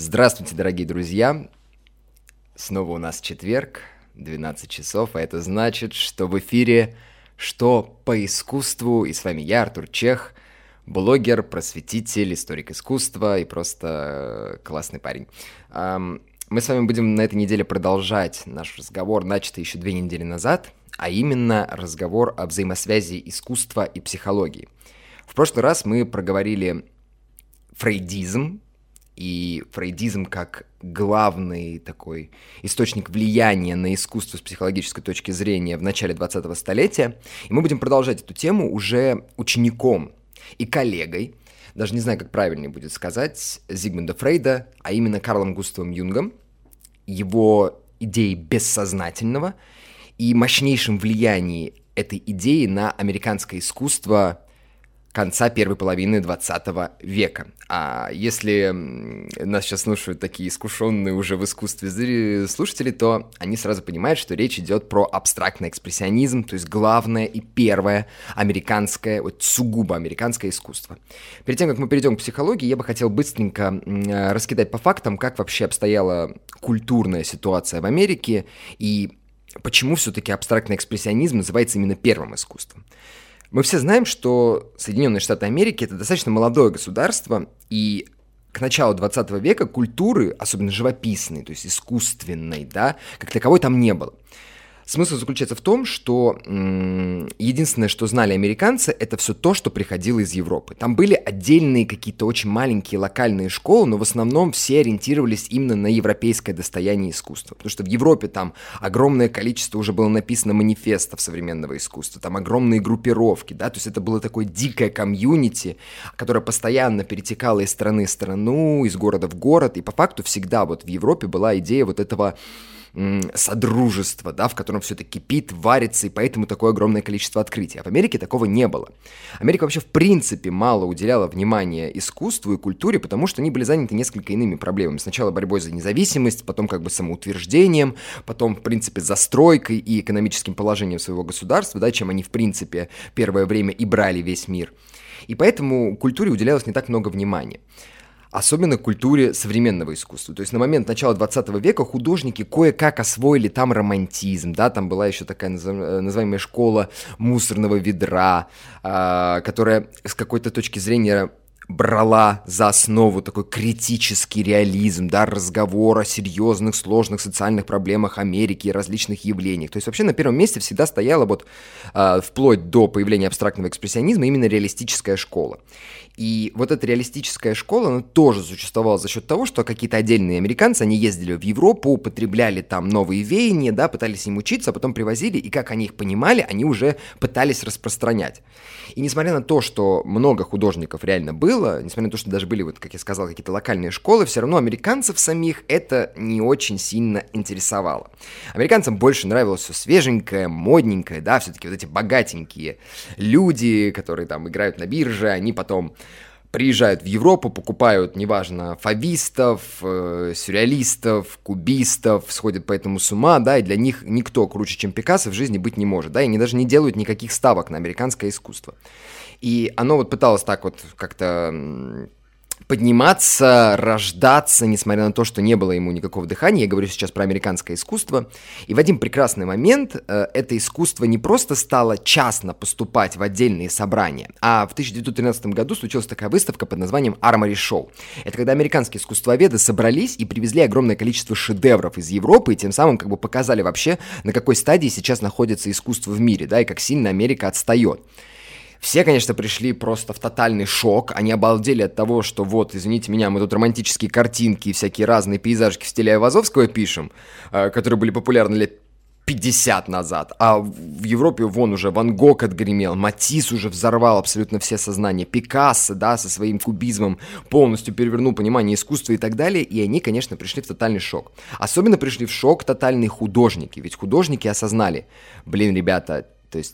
Здравствуйте, дорогие друзья! Снова у нас четверг, 12 часов, а это значит, что в эфире «Что по искусству?» И с вами я, Артур Чех, блогер, просветитель, историк искусства и просто классный парень. Мы с вами будем на этой неделе продолжать наш разговор, начатый еще 2 недели назад, а именно разговор о взаимосвязи искусства и психологии. В прошлый раз мы проговорили фрейдизм, и фрейдизм как главный такой источник влияния на искусство с психологической точки зрения в начале 20-го столетия. И мы будем продолжать эту тему уже учеником и коллегой, даже не знаю, как правильнее будет сказать, Зигмунда Фрейда, а именно Карлом Густавом Юнгом, его идеей бессознательного и мощнейшем влиянии этой идеи на американское искусство конца первой половины 20 века. А если нас сейчас слушают такие искушенные уже в искусстве слушатели, то они сразу понимают, что речь идет про абстрактный экспрессионизм, то есть главное и первое американское, вот сугубо американское искусство. Перед тем, как мы перейдем к психологии, я бы хотел быстренько раскидать по фактам, как вообще обстояла культурная ситуация в Америке и почему все-таки абстрактный экспрессионизм называется именно первым искусством. Мы все знаем, что Соединенные Штаты Америки – это достаточно молодое государство, и к началу 20 века культуры, особенно живописной, то есть искусственной, да, как таковой там не было. Смысл заключается в том, что единственное, что знали американцы, это все то, что приходило из Европы. Там были отдельные какие-то очень маленькие локальные школы, но в основном все ориентировались именно на европейское достояние искусства. Потому что в Европе там огромное количество уже было написано манифестов современного искусства, там огромные группировки, да, то есть это было такое дикое комьюнити, которое постоянно перетекало из страны в страну, из города в город, и по факту всегда вот в Европе была идея вот этого содружества, да, в котором все это кипит, варится, и поэтому такое огромное количество открытий. А в Америке такого не было. Америка вообще в принципе мало уделяла внимания искусству и культуре, потому что они были заняты несколько иными проблемами. Сначала борьбой за независимость, потом как бы самоутверждением, потом, в принципе, застройкой и экономическим положением своего государства, да, чем они, в принципе, первое время и брали весь мир. И поэтому культуре уделялось не так много внимания. Особенно культуре современного искусства. То есть на момент начала 20 века художники кое-как освоили там романтизм, да, там была еще такая называемая школа мусорного ведра, которая с какой-то точки зрения брала за основу такой критический реализм, да, разговор о серьезных, сложных социальных проблемах Америки и различных явлениях. То есть вообще на первом месте всегда стояла вот вплоть до появления абстрактного экспрессионизма именно реалистическая школа. И вот эта реалистическая школа, она тоже существовала за счет того, что какие-то отдельные американцы, они ездили в Европу, употребляли там новые веяния, да, пытались им учиться, а потом привозили, и как они их понимали, они уже пытались распространять. И несмотря на то, что много художников реально было, несмотря на то, что даже были, вот, как я сказал, какие-то локальные школы, все равно американцев самих это не очень сильно интересовало. Американцам больше нравилось все свеженькое, модненькое, да, все-таки вот эти богатенькие люди, которые там играют на бирже, они потом приезжают в Европу, покупают, неважно, фавистов, сюрреалистов, кубистов, сходят поэтому с ума, да, и для них никто круче, чем Пикассо, в жизни быть не может, да, и они даже не делают никаких ставок на американское искусство. И оно вот пыталось так вот как-то подниматься, рождаться, несмотря на то, что не было ему никакого дыхания. Я говорю сейчас про американское искусство. И в один прекрасный момент это искусство не просто стало частно поступать в отдельные собрания, а в 1913 году случилась такая выставка под названием Armory Show. Это когда американские искусствоведы собрались и привезли огромное количество шедевров из Европы, и тем самым как бы показали вообще, на какой стадии сейчас находится искусство в мире, да, и как сильно Америка отстает. Все, конечно, пришли просто в тотальный шок, они обалдели от того, что вот, извините меня, мы тут романтические картинки и всякие разные пейзажки в стиле Айвазовского пишем, которые были популярны лет 50 назад, а в Европе вон уже Ван Гог отгремел, Матисс уже взорвал абсолютно все сознания, Пикассо, да, со своим кубизмом полностью перевернул понимание искусства и так далее, и они, конечно, пришли в тотальный шок. Особенно пришли в шок тотальные художники, ведь художники осознали, блин, ребята, то есть,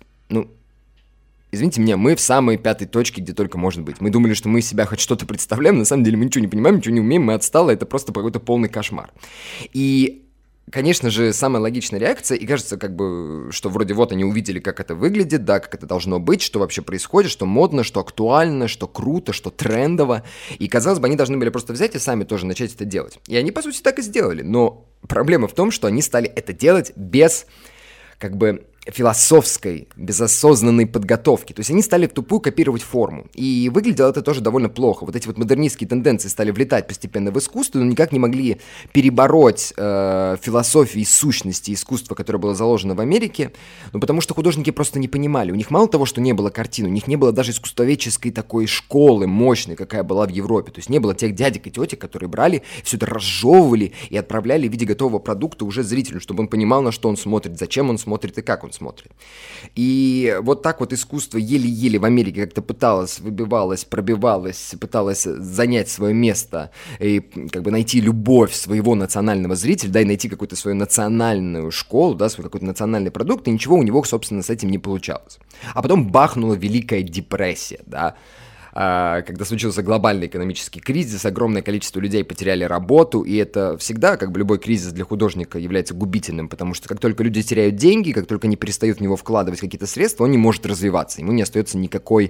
извините меня, мы в самой пятой точке, где только можно быть. Мы думали, что мы из себя хоть что-то представляем, на самом деле мы ничего не понимаем, ничего не умеем, мы отсталые, это просто какой-то полный кошмар. И конечно же, самая логичная реакция, и кажется, как бы, что вроде вот они увидели, как это выглядит, да, как это должно быть, что вообще происходит, что модно, что актуально, что круто, что трендово, и, казалось бы, они должны были просто взять и сами тоже начать это делать. И они, по сути, так и сделали, но проблема в том, что они стали это делать без, как бы, философской, безосознанной подготовки. То есть они стали в тупую копировать форму. И выглядело это тоже довольно плохо. Вот эти вот модернистские тенденции стали влетать постепенно в искусство, но никак не могли перебороть философию и сущности искусства, которое было заложено в Америке, ну, потому что художники просто не понимали. У них мало того, что не было картин, у них не было даже искусствоведческой такой школы мощной, какая была в Европе. То есть не было тех дядек и тетек, которые брали, все это разжевывали и отправляли в виде готового продукта уже зрителю, чтобы он понимал, на что он смотрит, зачем он смотрит и как он смотрит. И вот так вот искусство еле-еле в Америке как-то пыталось, выбивалось, пробивалось, пыталось занять свое место и как бы найти любовь своего национального зрителя, да, и найти какую-то свою национальную школу, да, свой какой-то национальный продукт, и ничего у него, собственно, с этим не получалось. А потом бахнула Великая депрессия, да, когда случился глобальный экономический кризис, огромное количество людей потеряли работу, и это всегда, как бы любой кризис для художника является губительным, потому что как только люди теряют деньги, как только они перестают в него вкладывать какие-то средства, он не может развиваться, ему не остается никакой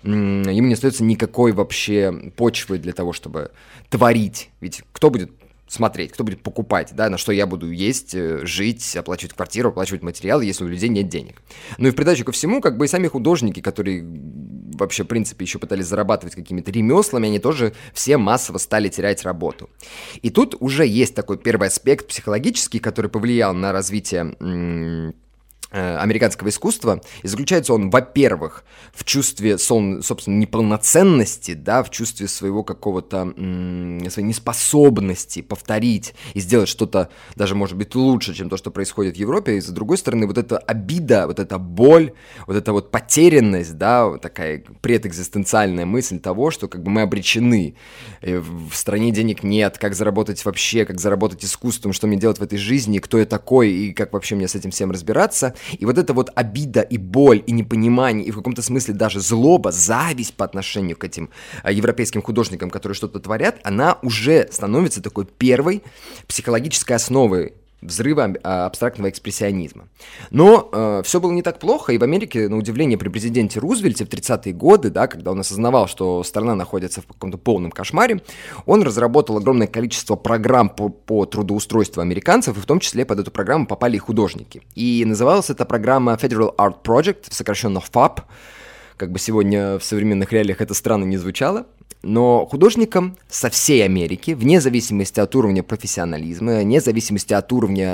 вообще почвы для того, чтобы творить, ведь кто будет смотреть, кто будет покупать, да, на что я буду есть, жить, оплачивать квартиру, оплачивать материалы, если у людей нет денег. Ну и в придачу ко всему, как бы и сами художники, которые вообще, в принципе, еще пытались зарабатывать какими-то ремеслами, они тоже все массово стали терять работу. И тут уже есть такой первый аспект психологический, который повлиял на развитие американского искусства, и заключается он, во-первых, в чувстве, собственно, неполноценности, да, в чувстве своего какого-то, своей неспособности повторить и сделать что-то даже, может быть, лучше, чем то, что происходит в Европе, и, с другой стороны, вот эта обида, вот эта боль, вот эта вот потерянность, да, вот такая предэкзистенциальная мысль того, что как бы мы обречены, в стране денег нет, как заработать вообще, как заработать искусством, что мне делать в этой жизни, кто я такой и как вообще мне с этим всем разбираться. И вот эта вот обида и боль, и непонимание, и в каком-то смысле даже злоба, зависть по отношению к этим европейским художникам, которые что-то творят, она уже становится такой первой психологической основой взрыва абстрактного экспрессионизма. Но все было не так плохо, и в Америке, на удивление, при президенте Рузвельте в 30-е годы, да, когда он осознавал, что страна находится в каком-то полном кошмаре, он разработал огромное количество программ по трудоустройству американцев, и в том числе под эту программу попали и художники. И называлась эта программа Federal Art Project, сокращенно FAP, как бы сегодня в современных реалиях это странно не звучало. Но художникам со всей Америки, вне зависимости от уровня профессионализма, вне зависимости от уровня,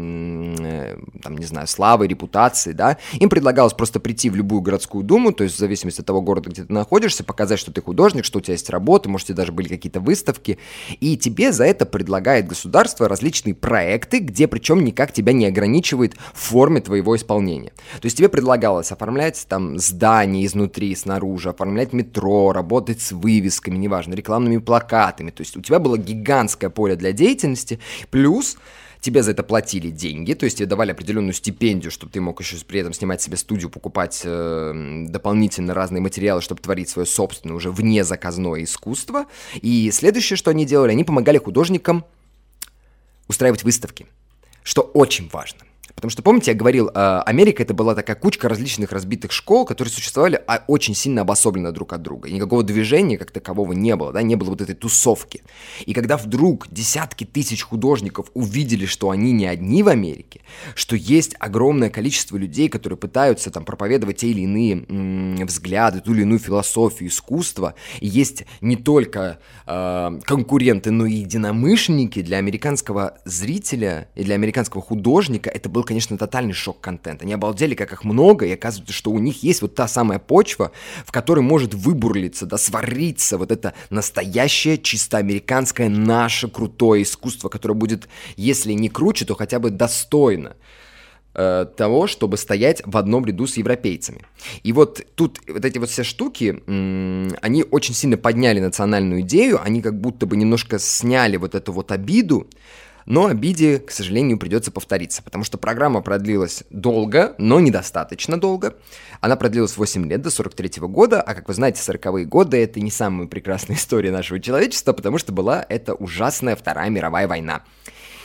там, не знаю, славы, репутации, да, им предлагалось просто прийти в любую городскую думу, то есть в зависимости от того города, где ты находишься, показать, что ты художник, что у тебя есть работа, может, у тебя даже были какие-то выставки, и тебе за это предлагает государство различные проекты, где причем никак тебя не ограничивает в форме твоего исполнения. То есть тебе предлагалось оформлять там здания изнутри, снаружи, оформлять метро, работать с вывесками, неважно, рекламными плакатами, то есть у тебя было гигантское поле для деятельности, плюс тебе за это платили деньги, то есть тебе давали определенную стипендию, чтобы ты мог еще при этом снимать себе студию, покупать дополнительно разные материалы, чтобы творить свое собственное, уже вне заказное искусство. И следующее, что они делали, они помогали художникам устраивать выставки, что очень важно. Потому что, помните, я говорил, Америка это была такая кучка различных разбитых школ, которые существовали очень сильно обособленно друг от друга. И никакого движения как такового не было, да, не было вот этой тусовки. И когда вдруг десятки тысяч художников увидели, что они не одни в Америке, что есть огромное количество людей, которые пытаются там проповедовать те или иные взгляды, ту или иную философию искусства, и есть не только конкуренты, но и единомышленники для американского зрителя и для американского художника, это был, конечно, тотальный шок-контент. Они обалдели, как их много, и оказывается, что у них есть вот та самая почва, в которой может выбурлиться, да, свариться вот это настоящее, чисто американское, наше крутое искусство, которое будет, если не круче, то хотя бы достойно того, чтобы стоять в одном ряду с европейцами. И вот тут вот эти вот все штуки, они очень сильно подняли национальную идею, они как будто бы немножко сняли вот эту вот обиду, но обиде, к сожалению, придется повториться, потому что программа продлилась долго, но недостаточно долго. Она продлилась 8 лет, до 43-го года, а, как вы знаете, 40-е годы — это не самая прекрасная история нашего человечества, потому что была эта ужасная Вторая мировая война.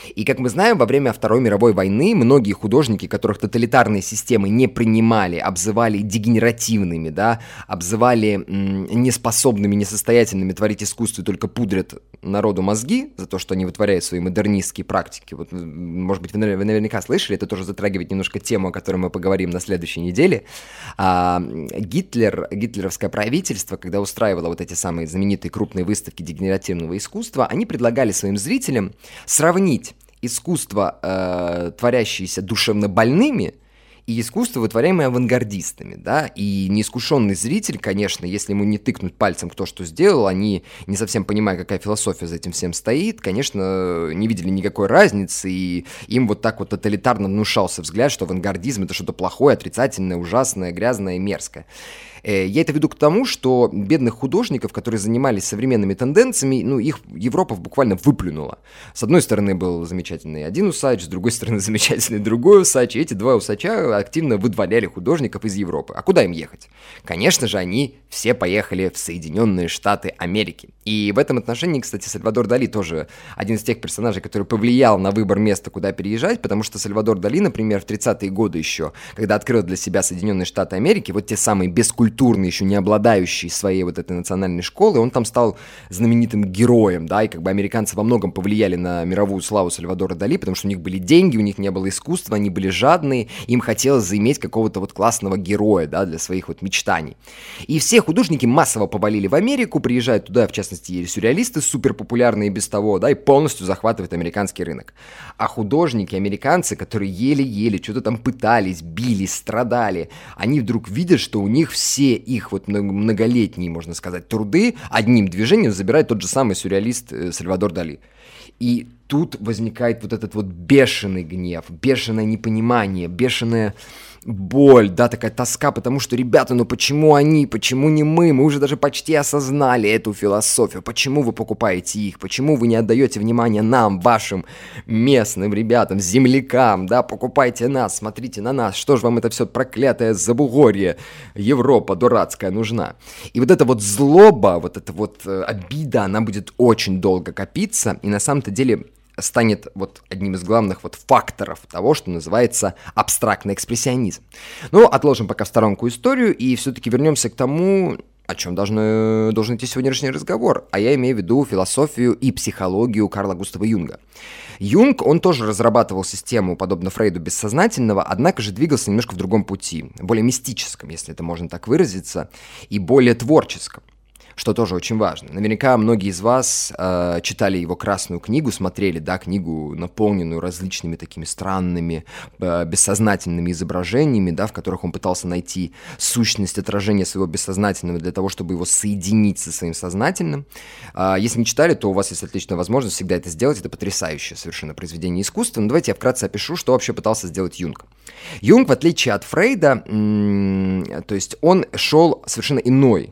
И, как мы знаем, во время Второй мировой войны многие художники, которых тоталитарные системы не принимали, обзывали дегенеративными, да, обзывали неспособными, несостоятельными творить искусство и только пудрят народу мозги за то, что они вытворяют свои модернистские практики. Вот, может быть, вы наверняка слышали, это тоже затрагивает немножко тему, о которой мы поговорим на следующей неделе. Гитлеровское правительство, когда устраивало вот эти самые знаменитые крупные выставки дегенеративного искусства, они предлагали своим зрителям сравнить искусство, творящееся душевно больными, и искусство, вытворяемое авангардистами, да, и неискушенный зритель, конечно, если ему не тыкнуть пальцем, кто что сделал, они, не совсем понимая, какая философия за этим всем стоит, конечно, не видели никакой разницы, и им вот так вот тоталитарно внушался взгляд, что авангардизм — это что-то плохое, отрицательное, ужасное, грязное и мерзкое. Я это веду к тому, что бедных художников, которые занимались современными тенденциями, ну, их Европа буквально выплюнула. С одной стороны был замечательный один усач, с другой стороны замечательный другой усач, и эти два усача активно выдворяли художников из Европы. А куда им ехать? Конечно же, они все поехали в Соединенные Штаты Америки. И в этом отношении, кстати, Сальвадор Дали тоже один из тех персонажей, который повлиял на выбор места, куда переезжать, потому что Сальвадор Дали, например, в 30-е годы еще, когда открыл для себя Соединенные Штаты Америки, вот те самые бескультурные, еще не обладающий своей вот этой национальной школой, он там стал знаменитым героем, да, и как бы американцы во многом повлияли на мировую славу Сальвадора Дали, потому что у них были деньги, у них не было искусства, они были жадные, им хотелось заиметь какого-то вот классного героя, да, для своих вот мечтаний. И все художники массово повалили в Америку, приезжают туда, в частности, и сюрреалисты, супер популярные без того, да, и полностью захватывают американский рынок. А художники, американцы, которые еле-еле что-то там пытались, бились, страдали, они вдруг видят, что у них все их вот многолетние, можно сказать, труды одним движением забирает тот же самый сюрреалист Сальвадор Дали. И тут возникает вот этот вот бешеный гнев, бешеное непонимание, бешеная боль, да, такая тоска, потому что, ребята, ну почему они, почему не мы уже даже почти осознали эту философию, почему вы покупаете их, почему вы не отдаете внимания нам, вашим местным ребятам, землякам, да, покупайте нас, смотрите на нас, что же вам это все проклятое забугорье, Европа дурацкая нужна. И вот эта вот злоба, вот эта вот обида, она будет очень долго копиться, и на самом-то деле станет вот одним из главных вот факторов того, что называется абстрактный экспрессионизм. Но отложим пока в сторонку историю и все-таки вернемся к тому, о чем должен идти сегодняшний разговор, а я имею в виду философию и психологию Карла Густава Юнга. Юнг, он тоже разрабатывал систему, подобно Фрейду, бессознательного, однако же двигался немножко в другом пути, более мистическом, если это можно так выразиться, и более творческом, что тоже очень важно. Наверняка многие из вас читали его «Красную книгу», смотрели, да, книгу, наполненную различными такими странными, бессознательными изображениями, да, в которых он пытался найти сущность отражения своего бессознательного для того, чтобы его соединить со своим сознательным. Если не читали, то у вас есть отличная возможность всегда это сделать. Это потрясающее совершенно произведение искусства. Но давайте я вкратце опишу, что вообще пытался сделать Юнг. Юнг, в отличие от Фрейда, то есть он шел совершенно иной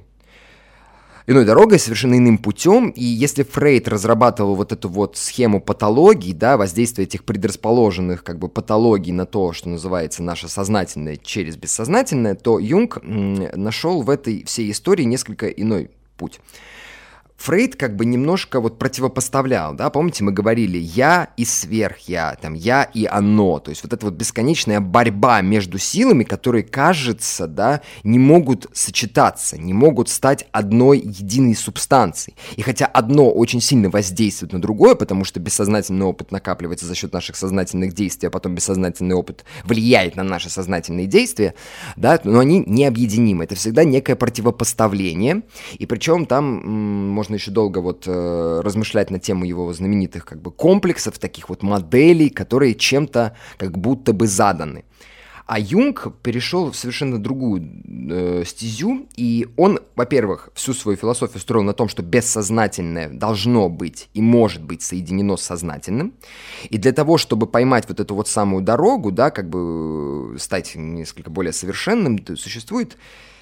дорогой, совершенно иным путем, и если Фрейд разрабатывал вот эту вот схему патологий, да, воздействия этих предрасположенных как бы патологий на то, что называется наше сознательное через бессознательное, то Юнг нашел в этой всей истории несколько иной путь. Фрейд как бы немножко вот противопоставлял, да, помните, мы говорили «я» и «сверх-я», там «я» и «оно», то есть вот эта вот бесконечная борьба между силами, которые, кажется, да, не могут сочетаться, не могут стать одной единой субстанцией. И хотя одно очень сильно воздействует на другое, потому что бессознательный опыт накапливается за счет наших сознательных действий, а потом бессознательный опыт влияет на наши сознательные действия, да, но они необъединимы, это всегда некое противопоставление, и причем там можно еще долго вот размышлять на тему его знаменитых как бы комплексов, таких вот моделей, которые чем-то как будто бы заданы. А Юнг перешел в совершенно другую стезю, и он, во-первых, всю свою философию строил на том, что бессознательное должно быть и может быть соединено с сознательным. И для того, чтобы поймать вот эту вот самую дорогу, да, как бы стать несколько более совершенным, существует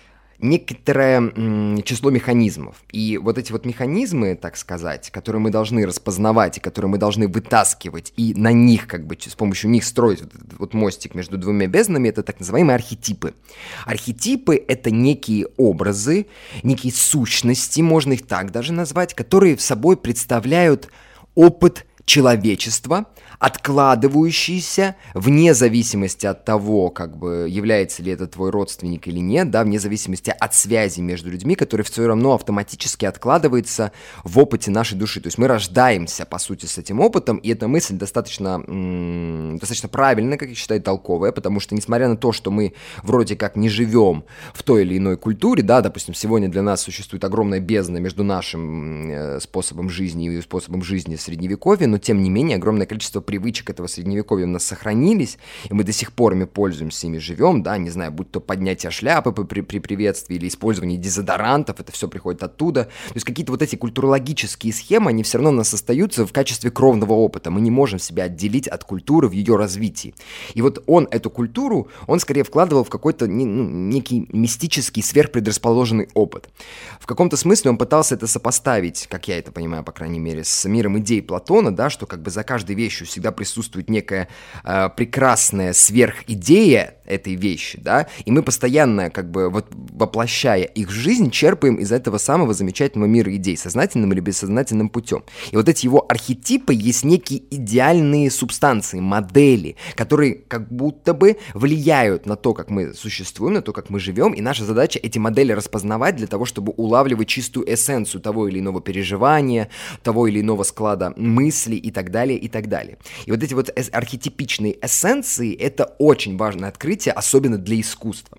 некоторое число механизмов. И вот эти вот механизмы, так сказать, которые мы должны распознавать и которые мы должны вытаскивать и на них, как бы, с помощью них строить вот этот вот мостик между двумя безднами, это так называемые архетипы. Архетипы — это некие образы, некие сущности, можно их так даже назвать, которые в собой представляют опыт человечества, откладывающиеся вне зависимости от того, как бы является ли это твой родственник или нет, да, вне зависимости от связи между людьми, который все равно автоматически откладывается в опыте нашей души. То есть мы рождаемся, по сути, с этим опытом, и эта мысль достаточно правильная, как я считаю, толковая, потому что, несмотря на то, что мы вроде как не живем в той или иной культуре, да, допустим, сегодня для нас существует огромная бездна между нашим способом жизни и способом жизни в Средневековье, но, тем не менее, огромное количество привычек этого Средневековья у нас сохранились, и мы до сих пор ими пользуемся, ими живем, да, не знаю, будь то поднятие шляпы при приветствии или использование дезодорантов, это все приходит оттуда. То есть какие-то вот эти культурологические схемы, они все равно у нас остаются в качестве кровного опыта. Мы не можем себя отделить от культуры в ее развитии. И вот он эту культуру, он скорее вкладывал в какой-то некий мистический, сверхпредрасположенный опыт. В каком-то смысле он пытался это сопоставить, как я это понимаю, по крайней мере, с миром идей Платона, да, что как бы за каждой вещью всегда присутствует некая прекрасная сверхидея этой вещи, да, и мы постоянно, как бы, вот воплощая их в жизнь, черпаем из этого самого замечательного мира идей, сознательным или бессознательным путем. И вот эти его архетипы есть некие идеальные субстанции, модели, которые как будто бы влияют на то, как мы существуем, на то, как мы живем, и наша задача эти модели распознавать для того, чтобы улавливать чистую эссенцию того или иного переживания, того или иного склада мыслей и так далее, и так далее. И вот эти вот архетипичные эссенции — это очень важное открытие, особенно для искусства.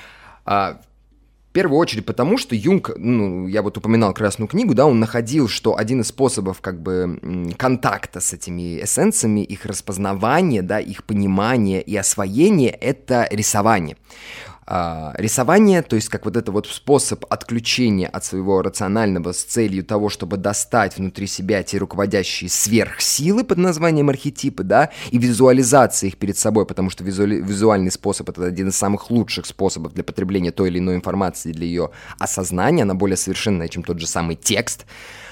В первую очередь потому, что Юнг, я вот упоминал «Красную книгу», да, он находил, что один из способов как бы контакта с этими эссенциями, их распознавания, да, их понимания и освоения — это рисование. Рисование, то есть как вот это вот способ отключения от своего рационального с целью того, чтобы достать внутри себя те руководящие сверхсилы под названием архетипы, да, и визуализация их перед собой, потому что визуальный способ — это один из самых лучших способов для потребления той или иной информации, для ее осознания, она более совершенная, чем тот же самый текст.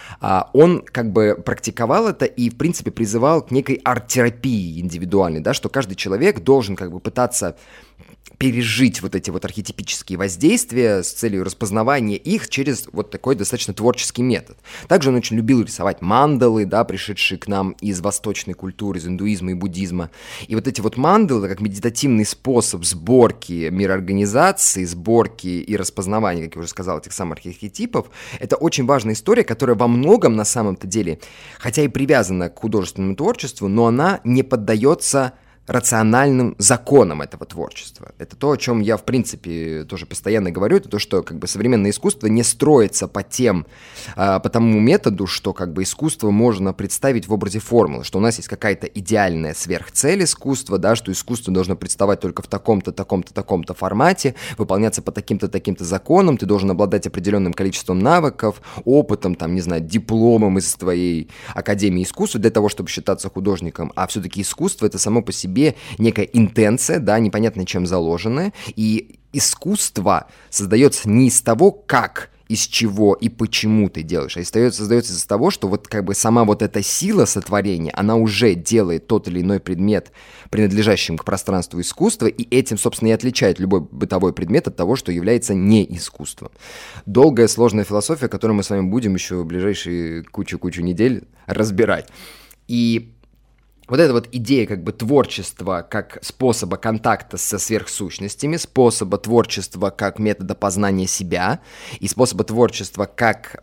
Он как бы практиковал это и, в принципе, призывал к некой арт-терапии индивидуальной, да, что каждый человек должен как бы пытаться пережить вот эти вот архетипические воздействия с целью распознавания их через вот такой достаточно творческий метод. Также он очень любил рисовать мандалы, да, пришедшие к нам из восточной культуры, из индуизма и буддизма. И вот эти вот мандалы, как медитативный способ сборки мироорганизации, сборки и распознавания, как я уже сказал, этих самых архетипов, это очень важная история, которая во многом на самом-то деле, хотя и привязана к художественному творчеству, но она не поддается рациональным законам этого творчества. Это то, о чем я, в принципе, тоже постоянно говорю, это то, что как бы современное искусство не строится по тому методу, что как бы искусство можно представить в образе формулы, что у нас есть какая-то идеальная сверхцель искусства, да, что искусство должно представать только в таком-то, таком-то, таком-то формате, выполняться по таким-то, таким-то законам, ты должен обладать определенным количеством навыков, опытом, там, не знаю, дипломом из твоей академии искусства для того, чтобы считаться художником, а все-таки искусство — это само по себе некая интенция, да, непонятно чем заложенная, и искусство создается не из того, как, из чего и почему ты делаешь, а создается из того, что вот как бы сама вот эта сила сотворения, она уже делает тот или иной предмет, принадлежащим к пространству искусства, и этим, собственно, и отличает любой бытовой предмет от того, что является не искусством. Долгая, сложная философия, которую мы с вами будем еще в ближайшие кучу недель разбирать. И вот эта вот идея как бы творчества как способа контакта со сверхсущностями, способа творчества как метода познания себя и способа творчества как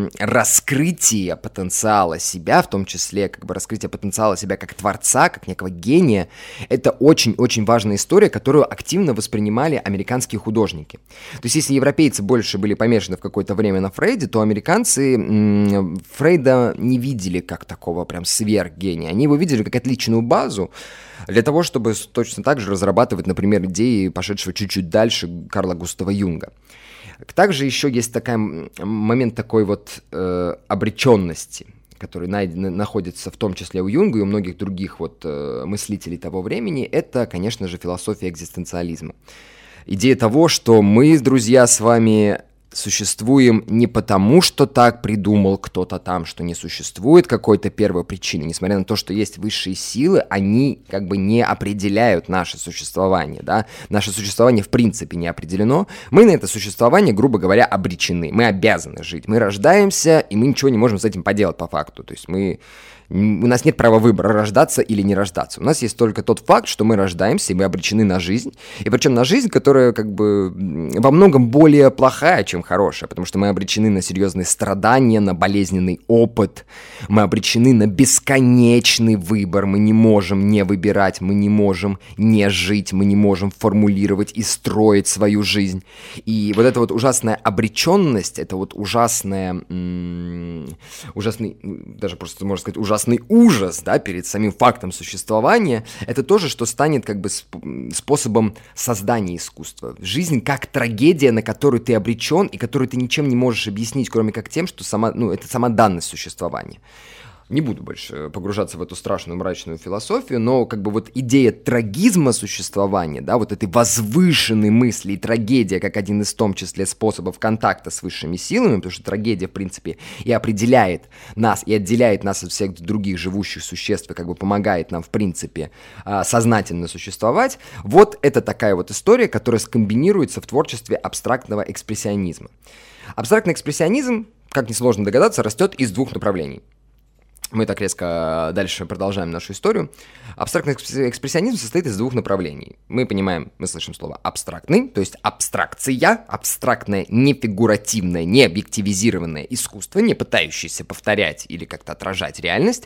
раскрытия потенциала себя, в том числе как бы раскрытие потенциала себя как творца, как некого гения, это очень-очень важная история, которую активно воспринимали американские художники. То есть если европейцы больше были помешаны в какое-то время на Фрейде, то американцы Фрейда не видели как такого прям сверхгения, они его видели как отличную базу для того, чтобы точно так же разрабатывать, например, идеи пошедшего чуть-чуть дальше Карла Густава Юнга. Также еще есть момент такой вот обреченности, который находится в том числе у Юнга и у многих других вот мыслителей того времени, это, конечно же, философия экзистенциализма. Идея того, что мы, друзья, с вами существуем не потому, что так придумал кто-то там, что не существует какой-то первой причины. Несмотря на то, что есть высшие силы, они как бы не определяют наше существование, да. Наше существование в принципе не определено. Мы на это существование, грубо говоря, обречены. Мы обязаны жить. Мы рождаемся, и мы ничего не можем с этим поделать по факту. То есть у нас нет права выбора, рождаться или не рождаться. У нас есть только тот факт, что мы рождаемся, и мы обречены на жизнь. И причем на жизнь, которая как бы во многом более плохая, чем хорошая, потому что мы обречены на серьезные страдания, на болезненный опыт, мы обречены на бесконечный выбор, мы не можем не выбирать, мы не можем не жить, мы не можем формулировать и строить свою жизнь. И вот эта вот ужасная обреченность, это вот ужасный, даже просто можно сказать, ужасный ужас, да, перед самим фактом существования, это тоже, что станет как бы способом создания искусства. Жизнь как трагедия, на которую ты обречен и которую ты ничем не можешь объяснить, кроме как тем, что это сама данность существования. Не буду больше погружаться в эту страшную мрачную философию, но как бы вот идея трагизма существования, да, вот этой возвышенной мысли и трагедия как один из в том числе способов контакта с высшими силами, потому что трагедия, в принципе, и определяет нас, и отделяет нас от всех других живущих существ, и как бы помогает нам, в принципе, сознательно существовать. Вот это такая вот история, которая скомбинируется в творчестве абстрактного экспрессионизма. Абстрактный экспрессионизм, как несложно догадаться, растет из двух направлений. Мы так резко дальше продолжаем нашу историю. Абстрактный экспрессионизм состоит из двух направлений. Мы слышим слово абстрактный, то есть абстракция, абстрактное, не фигуративное, не объективизированное искусство, не пытающееся повторять или как-то отражать реальность,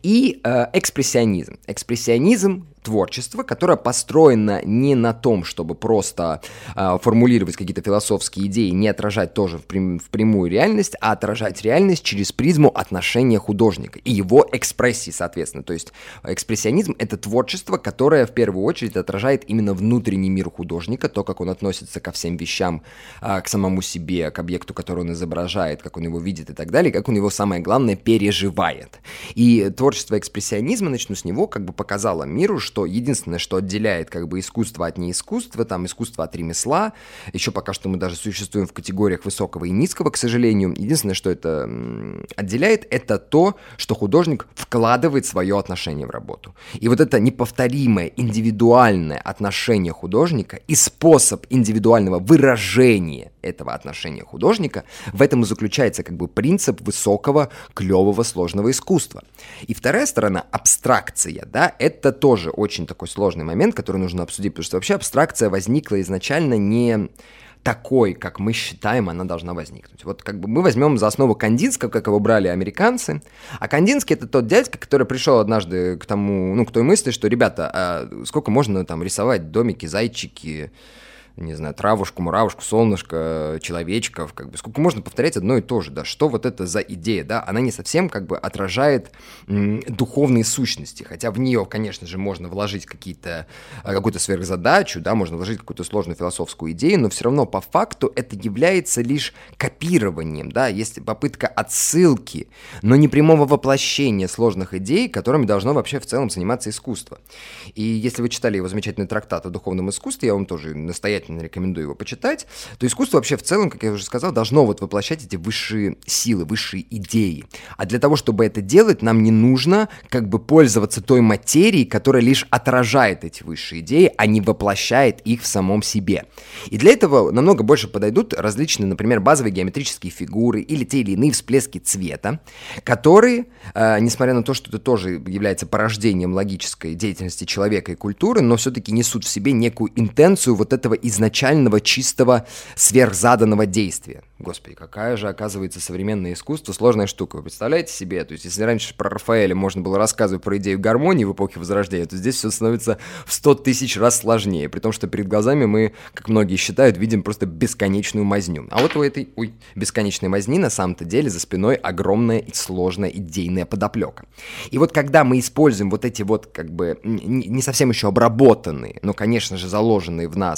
и экспрессионизм. Экспрессионизм — творчество, которое построено не на том, чтобы просто формулировать какие-то философские идеи, не отражать тоже впрямую реальность, а отражать реальность через призму отношения художника и его экспрессии, соответственно. То есть экспрессионизм — это творчество, которое в первую очередь отражает именно внутренний мир художника, то, как он относится ко всем вещам, к самому себе, к объекту, который он изображает, как он его видит и так далее, как он его, самое главное, переживает. И творчество экспрессионизма, начну с него, как бы показало миру, что единственное, что отделяет как бы искусство от неискусства, там искусство от ремесла, еще пока что мы даже существуем в категориях высокого и низкого, к сожалению, единственное, что это отделяет, это то, что художник вкладывает свое отношение в работу. И вот это неповторимое, индивидуальное отношение художника и способ индивидуального выражения этого отношения художника, в этом и заключается как бы принцип высокого, клевого, сложного искусства. И вторая сторона, абстракция, да, это тоже очень такой сложный момент, который нужно обсудить, потому что вообще абстракция возникла изначально не такой, как мы считаем, она должна возникнуть. Вот как бы мы возьмем за основу Кандинского, как его брали американцы, а Кандинский — это тот дядька, который пришел однажды к тому, к той мысли, что, ребята, а сколько можно там рисовать домики, зайчики, не знаю, травушку, муравушку, солнышко, человечков, как бы, сколько можно повторять одно и то же, да, что вот это за идея, да, она не совсем, как бы, отражает духовные сущности, хотя в нее, конечно же, можно вложить какую-то сверхзадачу, да, можно вложить какую-то сложную философскую идею, но все равно по факту это является лишь копированием, да, есть попытка отсылки, но не прямого воплощения сложных идей, которыми должно вообще в целом заниматься искусство. И если вы читали его замечательный трактат о духовном искусстве, я вам тоже настоятельно рекомендую его почитать, то искусство вообще в целом, как я уже сказал, должно вот воплощать эти высшие силы, высшие идеи. А для того, чтобы это делать, нам не нужно как бы пользоваться той материей, которая лишь отражает эти высшие идеи, а не воплощает их в самом себе. И для этого намного больше подойдут различные, например, базовые геометрические фигуры или те или иные всплески цвета, которые, несмотря на то, что это тоже является порождением логической деятельности человека и культуры, но все-таки несут в себе некую интенцию вот этого изначального, чистого, сверхзаданного действия. Господи, какая же, оказывается, современное искусство сложная штука. Вы представляете себе? То есть, если раньше про Рафаэля можно было рассказывать про идею гармонии в эпохе Возрождения, то здесь все становится в 100 тысяч раз сложнее. При том, что перед глазами мы, как многие считают, видим просто бесконечную мазню. А вот у этой бесконечной мазни на самом-то деле за спиной огромная и сложная идейная подоплека. И вот когда мы используем вот эти вот как бы не совсем еще обработанные, но, конечно же, заложенные в нас как бы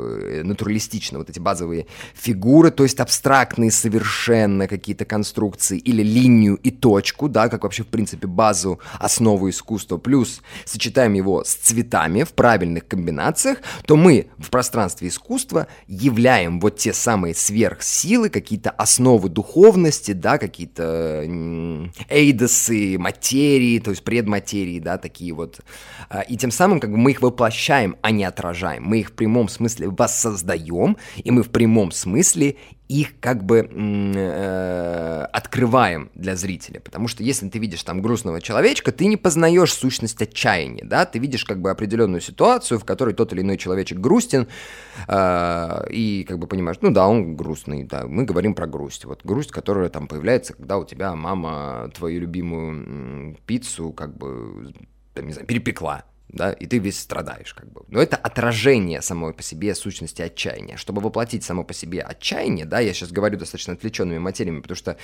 натуралистично, вот эти базовые фигуры, то есть абстрактные совершенно какие-то конструкции, или линию и точку, да, как вообще, в принципе, базу, основу искусства, плюс сочетаем его с цветами в правильных комбинациях, то мы в пространстве искусства являем вот те самые сверхсилы, какие-то основы духовности, да, какие-то эйдосы, материи, то есть предматерии, да, такие вот. И тем самым как бы мы их воплощаем, а не отражаем. Мы их в прямом смысле воссоздаем, и мы в прямом смысле их как бы открываем для зрителя. Потому что если ты видишь там грустного человечка, ты не познаешь сущность отчаяния, да, ты видишь как бы определенную ситуацию, в которой тот или иной человечек грустен, и как бы понимаешь, ну да, он грустный, да, мы говорим про грусть. Вот грусть, которая там появляется, когда у тебя мама твою любимую пиццу как бы, там, не знаю, перепекла. Да, и ты весь страдаешь, как бы. Но это отражение самой по себе сущности отчаяния. Чтобы воплотить само по себе отчаяние, да, я сейчас говорю достаточно отвлеченными материями, потому что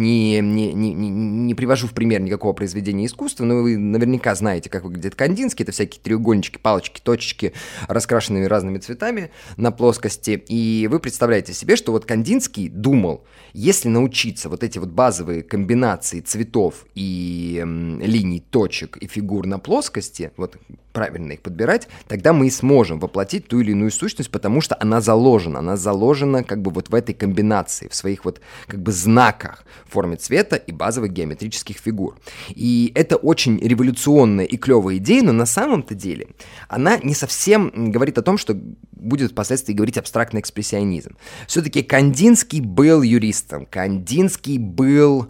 не привожу в пример никакого произведения искусства, но вы наверняка знаете, как выглядит Кандинский. Это всякие треугольнички, палочки, точечки, раскрашенными разными цветами на плоскости. И вы представляете себе, что вот Кандинский думал, если научиться вот эти вот базовые комбинации цветов и линий, точек и фигур на плоскости, вот правильно их подбирать, тогда мы и сможем воплотить ту или иную сущность, потому что она заложена как бы вот в этой комбинации, в своих вот как бы знаках в форме цвета и базовых геометрических фигур. И это очень революционная и клевая идея, но на самом-то деле она не совсем говорит о том, что будет впоследствии говорить абстрактный экспрессионизм. Все-таки Кандинский был юристом, Кандинский был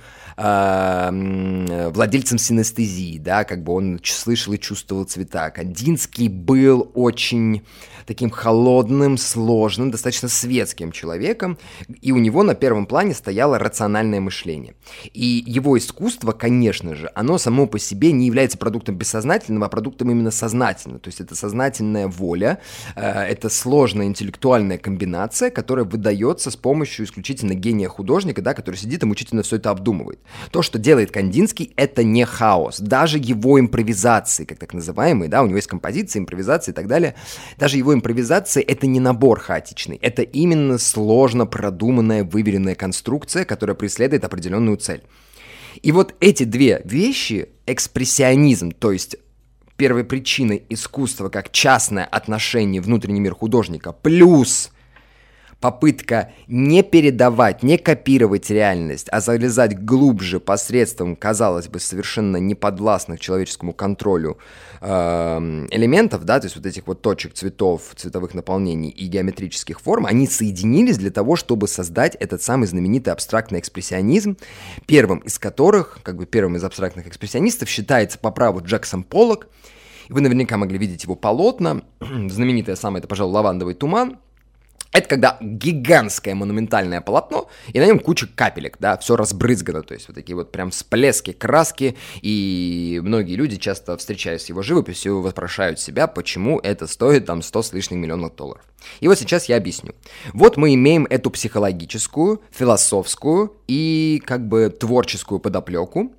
владельцем синестезии, да, как бы он слышал и чувствовал цвета. Кандинский был очень таким холодным, сложным, достаточно светским человеком, и у него на первом плане стояло рациональное мышление. И его искусство, конечно же, оно само по себе не является продуктом бессознательного, а продуктом именно сознательного. То есть это сознательная воля, это сложная интеллектуальная комбинация, которая выдается с помощью исключительно гения художника, да, который сидит и мучительно все это обдумывает. То, что делает Кандинский, это не хаос. Даже его импровизации, как так называемые, да, у него есть композиции, импровизации и так далее, даже его импровизация — это не набор хаотичный, это именно сложно продуманная, выверенная конструкция, которая преследует определенную цель. И вот эти две вещи, экспрессионизм, то есть первопричиной искусства как частное отношение в внутренний мир художника, плюс попытка не передавать, не копировать реальность, а залезать глубже посредством, казалось бы, совершенно неподвластных человеческому контролю элементов, да, то есть вот этих вот точек, цветов, цветовых наполнений и геометрических форм, они соединились для того, чтобы создать этот самый знаменитый абстрактный экспрессионизм, первым из которых, как бы первым из абстрактных экспрессионистов считается по праву Джексон Поллок. Вы наверняка могли видеть его полотна, знаменитое самое, это, пожалуй, «Лавандовый туман». Это когда гигантское монументальное полотно, и на нем куча капелек, да, все разбрызгано, то есть вот такие вот прям всплески краски, и многие люди, часто встречаясь с его живописью, вопрошают себя, почему это стоит там 100 с лишним миллионов $. И вот сейчас я объясню. Вот мы имеем эту психологическую, философскую и как бы творческую подоплеку,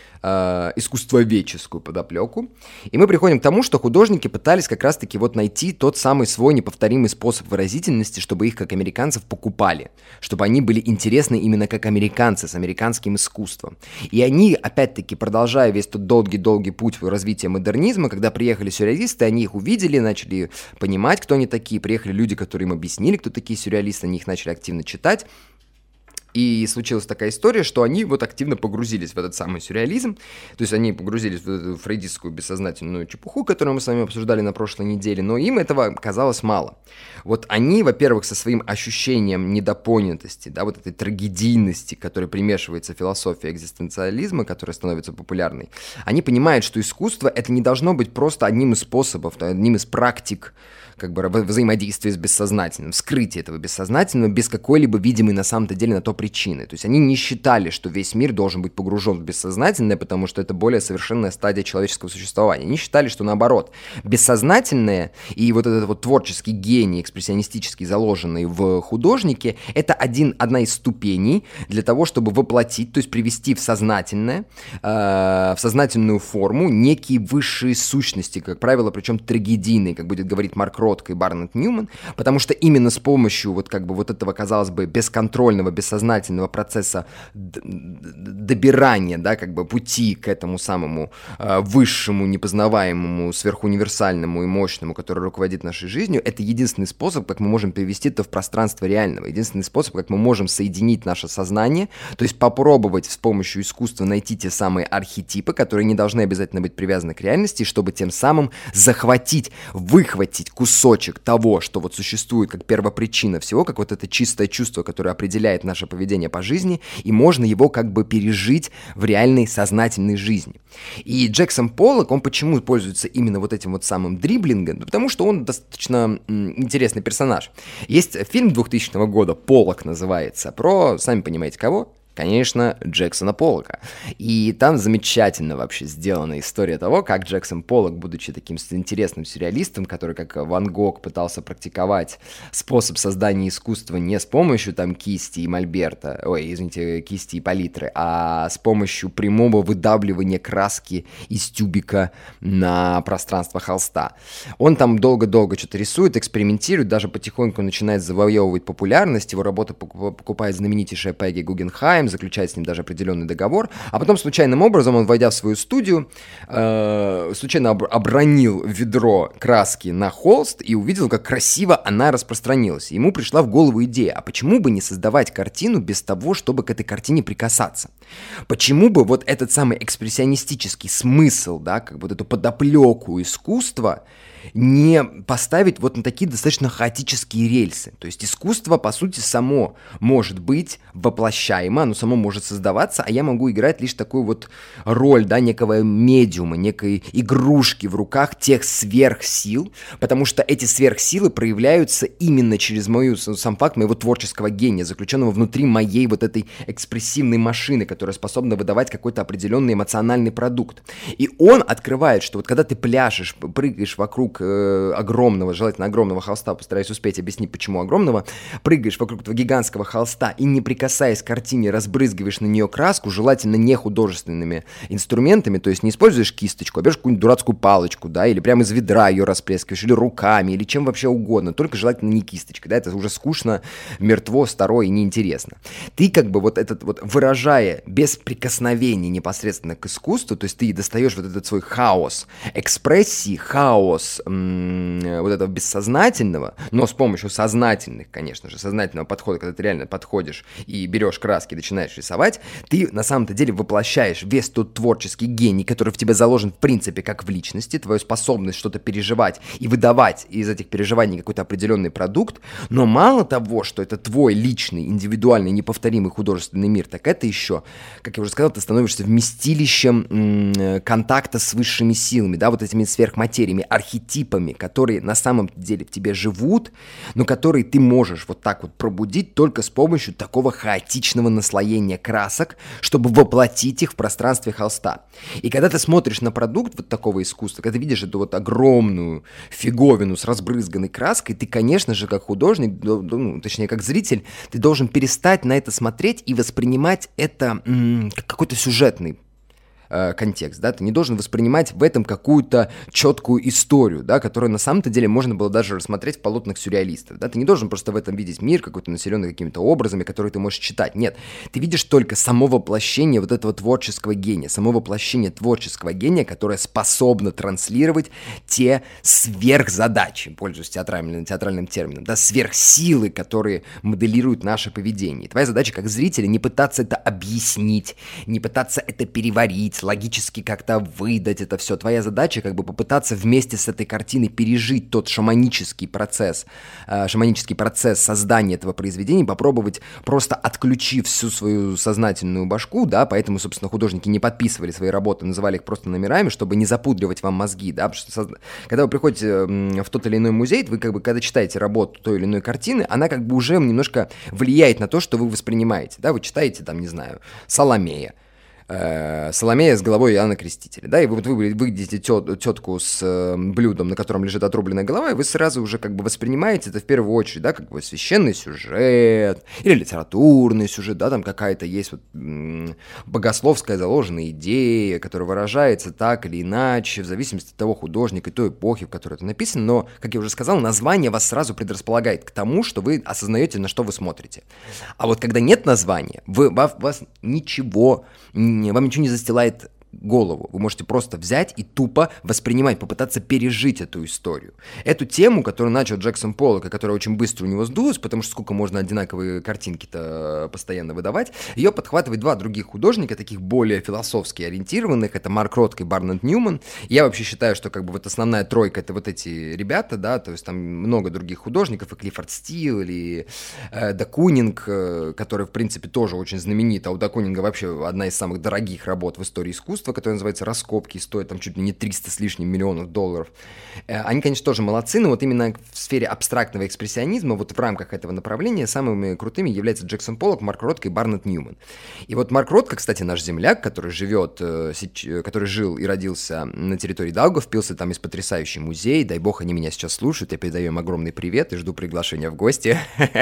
искусствоведческую подоплеку. И мы приходим к тому, что художники пытались как раз-таки вот найти тот самый свой неповторимый способ выразительности, чтобы их, как американцев, покупали, чтобы они были интересны именно как американцы, с американским искусством. И они, опять-таки, продолжая весь тот долгий-долгий путь в развитии модернизма, когда приехали сюрреалисты, они их увидели, начали понимать, кто они такие, приехали люди, которые им объяснили, кто такие сюрреалисты, они их начали активно читать. И случилась такая история, что они вот активно погрузились в этот самый сюрреализм, то есть они погрузились в эту фрейдистскую бессознательную чепуху, которую мы с вами обсуждали на прошлой неделе, но им этого казалось мало. Вот они, во-первых, со своим ощущением недопонятости, да, вот этой трагедийности, которая примешивается философии экзистенциализма, которая становится популярной, они понимают, что искусство — это не должно быть просто одним из способов, одним из практик, как бы взаимодействия с бессознательным, вскрытие этого бессознательного без какой-либо видимой на самом-то деле на то причины. первопричины. То есть они не считали, что весь мир должен быть погружен в бессознательное, потому что это более совершенная стадия человеческого существования. Они считали, что наоборот, бессознательное и вот этот вот творческий гений, экспрессионистический, заложенный в художнике, это одна из ступеней для того, чтобы воплотить, то есть привести в сознательное, в сознательную форму некие высшие сущности, как правило, причем трагедийные, как будет говорить Марк Ротко и Барнетт Ньюман, потому что именно с помощью вот как бы вот этого, казалось бы, бесконтрольного, бессознательного процесса добирания, да, как бы пути к этому самому высшему, непознаваемому, сверхуниверсальному и мощному, который руководит нашей жизнью, это единственный способ, как мы можем перевести это в пространство реального, единственный способ, как мы можем соединить наше сознание, то есть попробовать с помощью искусства найти те самые архетипы, которые не должны обязательно быть привязаны к реальности, чтобы тем самым захватить, выхватить кусочек того, что вот существует как первопричина всего, как вот это чистое чувство, которое определяет наше поведение по жизни, и можно его как бы пережить в реальной сознательной жизни. И Джексон Поллок, он почему пользуется именно вот этим вот самым дриблингом? Потому что он достаточно интересный персонаж. Есть фильм 2000 года, «Поллок» называется, про, сами понимаете, кого? Конечно, Джексона Поллока. И там замечательно вообще сделана история того, как Джексон Поллок, будучи таким интересным сюрреалистом, который, как Ван Гог, пытался практиковать способ создания искусства не с помощью там кисти и мольберта, кисти и палитры, а с помощью прямого выдавливания краски из тюбика на пространство холста. Он там долго-долго что-то рисует, экспериментирует, даже потихоньку начинает завоевывать популярность, его работы покупает знаменитейшая Пегги Гугенхайм, заключает с ним даже определенный договор, а потом случайным образом он, войдя в свою студию, случайно обронил ведро краски на холст и увидел, как красиво она распространилась. Ему пришла в голову идея, а почему бы не создавать картину без того, чтобы к этой картине прикасаться? Почему бы вот этот самый экспрессионистический смысл, да, как вот эту подоплеку искусства не поставить вот на такие достаточно хаотические рельсы. То есть искусство, по сути, само может быть воплощаемо, оно само может создаваться, а я могу играть лишь такую вот роль, да, некого медиума, некой игрушки в руках тех сверхсил, потому что эти сверхсилы проявляются именно через сам факт моего творческого гения, заключенного внутри моей вот этой экспрессивной машины, которая способна выдавать какой-то определенный эмоциональный продукт. И он открывает, что вот когда ты пляшешь, прыгаешь вокруг огромного, желательно огромного холста, постараюсь успеть объяснить, почему огромного, прыгаешь вокруг этого гигантского холста и, не прикасаясь к картине, разбрызгиваешь на нее краску, желательно не художественными инструментами, то есть не используешь кисточку, а берешь какую-нибудь дурацкую палочку, да, или прямо из ведра ее расплескиваешь, или руками, или чем вообще угодно, только желательно не кисточкой, да, это уже скучно, мертво, старо и неинтересно. Ты как бы вот этот вот, выражая без прикосновений непосредственно к искусству, то есть ты достаешь вот этот свой хаос экспрессии, хаос вот этого бессознательного, но с помощью сознательных, конечно же, сознательного подхода, когда ты реально подходишь и берешь краски и начинаешь рисовать, ты на самом-то деле воплощаешь весь тот творческий гений, который в тебе заложен в принципе как в личности, твою способность что-то переживать и выдавать из этих переживаний какой-то определенный продукт, но мало того, что это твой личный, индивидуальный, неповторимый художественный мир, так это еще, как я уже сказал, ты становишься вместилищем контакта с высшими силами, да, вот этими сверхматериями, архетипами, которые на самом деле в тебе живут, но которые ты можешь вот так вот пробудить только с помощью такого хаотичного наслоения красок, чтобы воплотить их в пространстве холста. И когда ты смотришь на продукт вот такого искусства, когда ты видишь эту вот огромную фиговину с разбрызганной краской, ты, конечно же, как художник, точнее, как зритель, ты должен перестать на это смотреть и воспринимать это как какой-то сюжетный контекст, да, ты не должен воспринимать в этом какую-то четкую историю, да, которую на самом-то деле можно было даже рассмотреть в полотнах сюрреалистов, да, ты не должен просто в этом видеть мир какой-то населенный какими-то образами, которые ты можешь читать, нет, ты видишь только само воплощение вот этого творческого гения, само воплощение творческого гения, которое способно транслировать те сверхзадачи, пользуясь театральным термином, да, сверхсилы, которые моделируют наше поведение. И твоя задача как зрителя не пытаться это объяснить, не пытаться это переварить, объяснить, логически как-то выдать это все. Твоя задача как бы попытаться вместе с этой картиной пережить тот шаманический процесс создания этого произведения, попробовать просто отключив всю свою сознательную башку, да, поэтому, собственно, художники не подписывали свои работы, называли их просто номерами, чтобы не запудривать вам мозги, да, потому что когда вы приходите в тот или иной музей, вы как бы, когда читаете работу той или иной картины, она как бы уже немножко влияет на то, что вы воспринимаете, да, вы читаете, там, не знаю, Саломея с головой Иоанна Крестителя, да, и вы видите тетку с блюдом, на котором лежит отрубленная голова, и вы сразу уже как бы воспринимаете это в первую очередь, да, как бы священный сюжет или литературный сюжет, да, там какая-то есть вот богословская заложенная идея, которая выражается так или иначе, в зависимости от того художника и той эпохи, в которой это написано, но, как я уже сказал, название вас сразу предрасполагает к тому, что вы осознаете, на что вы смотрите. А вот когда нет названия, вас вам ничего не застилает голову. Вы можете просто взять и тупо воспринимать, попытаться пережить эту историю. Эту тему, которую начал Джексон Поллок, и которая очень быстро у него сдулась, потому что сколько можно одинаковые картинки-то постоянно выдавать, ее подхватывают два других художника, таких более философски ориентированных, это Марк Ротко и Барнетт Ньюман. Я вообще считаю, что как бы вот основная тройка — это вот эти ребята, да, то есть там много других художников, и Клиффорд Стил, и Де Кунинг, который, в принципе, тоже очень знаменит, а у Де Кунинга вообще одна из самых дорогих работ в истории искусства, которая называется «Раскопки», стоит там чуть ли не 300 с лишним миллионов долларов. Они, конечно, тоже молодцы, но вот именно в сфере абстрактного экспрессионизма, вот в рамках этого направления, самыми крутыми являются Джексон Поллок, Марк Ротко и Барнетт Ньюман. И вот Марк Ротко, кстати, наш земляк, который жил и родился на территории Даугавпилса, там есть потрясающий музей, дай бог они меня сейчас слушают, я передаю им огромный привет и жду приглашения в гости.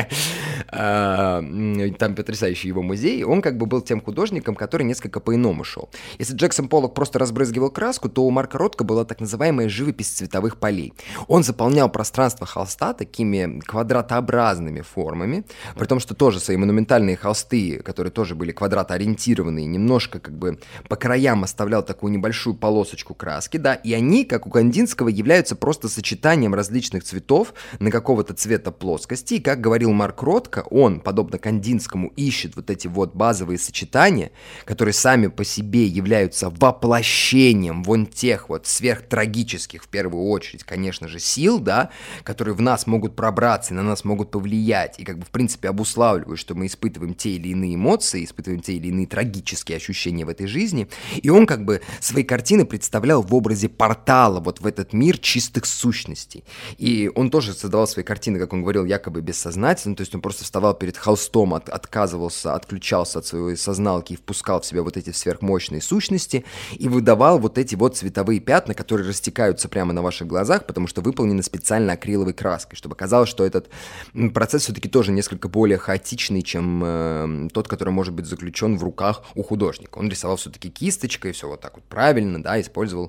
Там потрясающий его музей, он как бы был тем художником, который несколько по-иному шел. Если Джексон Поллок просто разбрызгивал краску, то у Марка Ротко была так называемая живопись цветовых полей. Он заполнял пространство холста такими квадратообразными формами, при том, что тоже свои монументальные холсты, которые тоже были квадратоориентированные, немножко как бы по краям оставлял такую небольшую полосочку краски, да, и они, как у Кандинского, являются просто сочетанием различных цветов на какого-то цвета плоскости, и, как говорил Марк Ротко, он, подобно Кандинскому, ищет вот эти вот базовые сочетания, которые сами по себе являются воплощением вон тех вот сверхтрагических, в первую очередь, конечно же, сил, да, которые в нас могут пробраться, на нас могут повлиять, и как бы, в принципе, обуславливают, что мы испытываем те или иные эмоции, испытываем те или иные трагические ощущения в этой жизни, и он как бы свои картины представлял в образе портала вот в этот мир чистых сущностей. И он тоже создавал свои картины, как он говорил, якобы бессознательно, то есть он просто вставал перед холстом, отказывался, отключался от своей созналки и впускал в себя вот эти сверхмощные сущности, и выдавал вот эти вот цветовые пятна, которые растекаются прямо на ваших глазах, потому что выполнены специально акриловой краской, чтобы казалось, что этот процесс все-таки тоже несколько более хаотичный, чем тот, который может быть заключен в руках у художника. Он рисовал все-таки кисточкой, все вот так вот правильно, да, использовал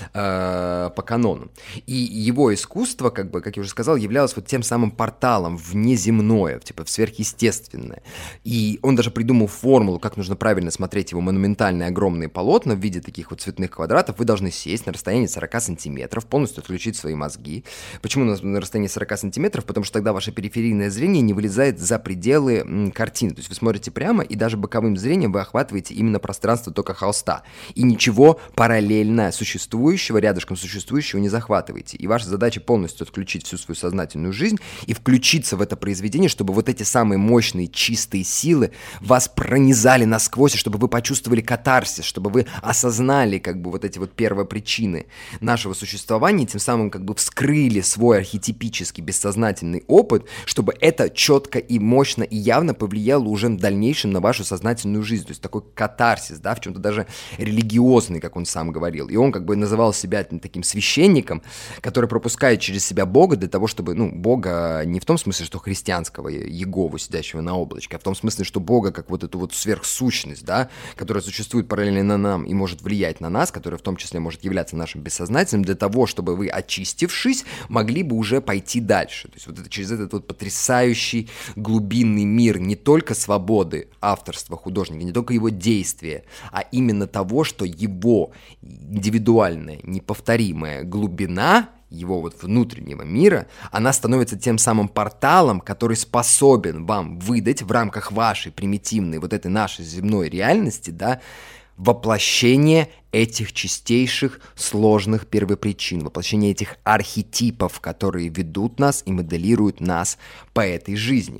по канону. И его искусство, как бы, как я уже сказал, являлось вот тем самым порталом в неземное, типа в сверхъестественное. И он даже придумал формулу, как нужно правильно смотреть его монументальные огромные полотна в виде таких вот цветных квадратов. Вы должны сесть на расстоянии 40 сантиметров, полностью отключить свои мозги. Почему на расстоянии 40 сантиметров? Потому что тогда ваше периферийное зрение не вылезает за пределы картины. То есть вы смотрите прямо, и даже боковым зрением вы охватываете именно пространство только холста. И ничего параллельно существующего, рядышком существующего не захватываете. И ваша задача полностью отключить всю свою сознательную жизнь и включиться в это произведение, чтобы вот эти самые мощные, чистые силы вас пронизали насквозь, и чтобы вы почувствовали катарсис, чтобы вы осознали как бы вот эти вот первопричины нашего существования, тем самым как бы вскрыли свой архетипический бессознательный опыт, чтобы это четко и мощно и явно повлияло уже в дальнейшем на вашу сознательную жизнь. То есть такой катарсис, да, в чем-то даже религиозный, как он сам говорил. И он как бы называл себя таким священником, который пропускает через себя Бога для того, чтобы, Бога не в том смысле, что христианского Иегову, сидящего на облачке, а в том смысле, что Бога как вот эту вот сверхсущность, да, которая существует параллельно нам и может влиять на нас, которая в том числе может являться нашим бессознательным, для того, чтобы вы, очистившись, могли бы уже пойти дальше. То есть вот это, через этот вот потрясающий глубинный мир не только свободы авторства художника, не только его действия, а именно того, что его индивидуальная, неповторимая глубина его вот внутреннего мира, она становится тем самым порталом, который способен вам выдать в рамках вашей примитивной вот этой нашей земной реальности, да, воплощение этих чистейших, сложных первопричин, воплощение этих архетипов, которые ведут нас и моделируют нас по этой жизни.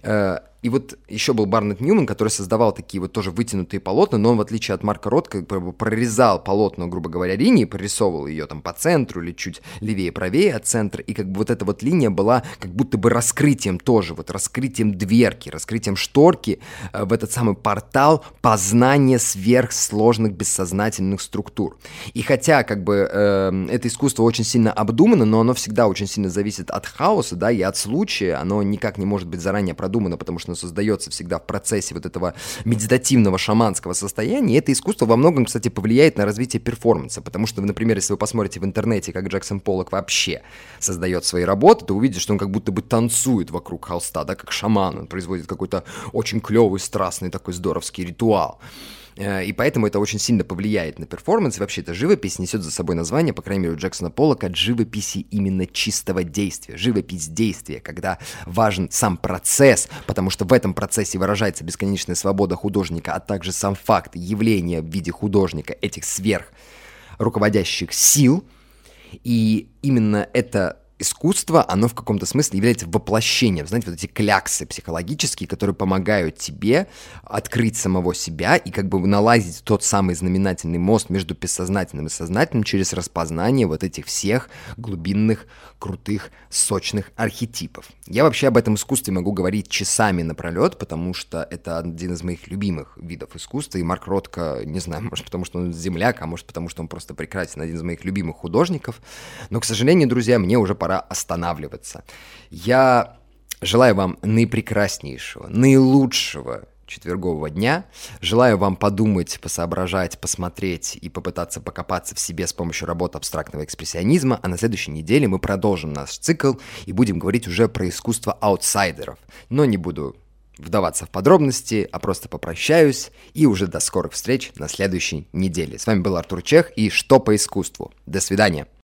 И вот еще был Барнетт Ньюман, который создавал такие вот тоже вытянутые полотна, но он, в отличие от Марка Ротко, прорезал полотно, грубо говоря, линии, прорисовывал ее там по центру или чуть левее-правее от центра, и как бы вот эта вот линия была как будто бы раскрытием тоже, вот раскрытием дверки, раскрытием шторки в этот самый портал познания сверхсложных бессознательных структур. И хотя как бы это искусство очень сильно обдумано, но оно всегда очень сильно зависит от хаоса, да, и от случая, оно никак не может быть заранее продумано, потому что оно создается всегда в процессе вот этого медитативного шаманского состояния, и это искусство во многом, кстати, повлияет на развитие перформанса, потому что, например, если вы посмотрите в интернете, как Джексон Поллок вообще создает свои работы, то увидите, что он как будто бы танцует вокруг холста, да, как шаман, он производит какой-то очень клевый, страстный такой здоровский ритуал. И поэтому это очень сильно повлияет на перформанс. И вообще эта живопись несет за собой название, по крайней мере, у Джексона Поллока, от живописи именно чистого действия. Живопись действия, когда важен сам процесс, потому что в этом процессе выражается бесконечная свобода художника, а также сам факт явления в виде художника этих сверхруководящих сил. И именно это искусство, оно в каком-то смысле является воплощением, знаете, вот эти кляксы психологические, которые помогают тебе открыть самого себя и как бы наладить тот самый знаменательный мост между бессознательным и сознательным через распознание вот этих всех глубинных, крутых, сочных архетипов. Я вообще об этом искусстве могу говорить часами напролет, потому что это один из моих любимых видов искусства, и Марк Ротко, не знаю, может потому что он земляк, а может потому что он просто прекрасен, один из моих любимых художников, но, к сожалению, друзья, мне уже пора останавливаться. Я желаю вам наипрекраснейшего, наилучшего четвергового дня. Желаю вам подумать, посоображать, посмотреть и попытаться покопаться в себе с помощью работы абстрактного экспрессионизма. А на следующей неделе мы продолжим наш цикл и будем говорить уже про искусство аутсайдеров. Но не буду вдаваться в подробности, а просто попрощаюсь. И уже до скорых встреч на следующей неделе. С вами был Артур Чех и «Что по искусству». До свидания.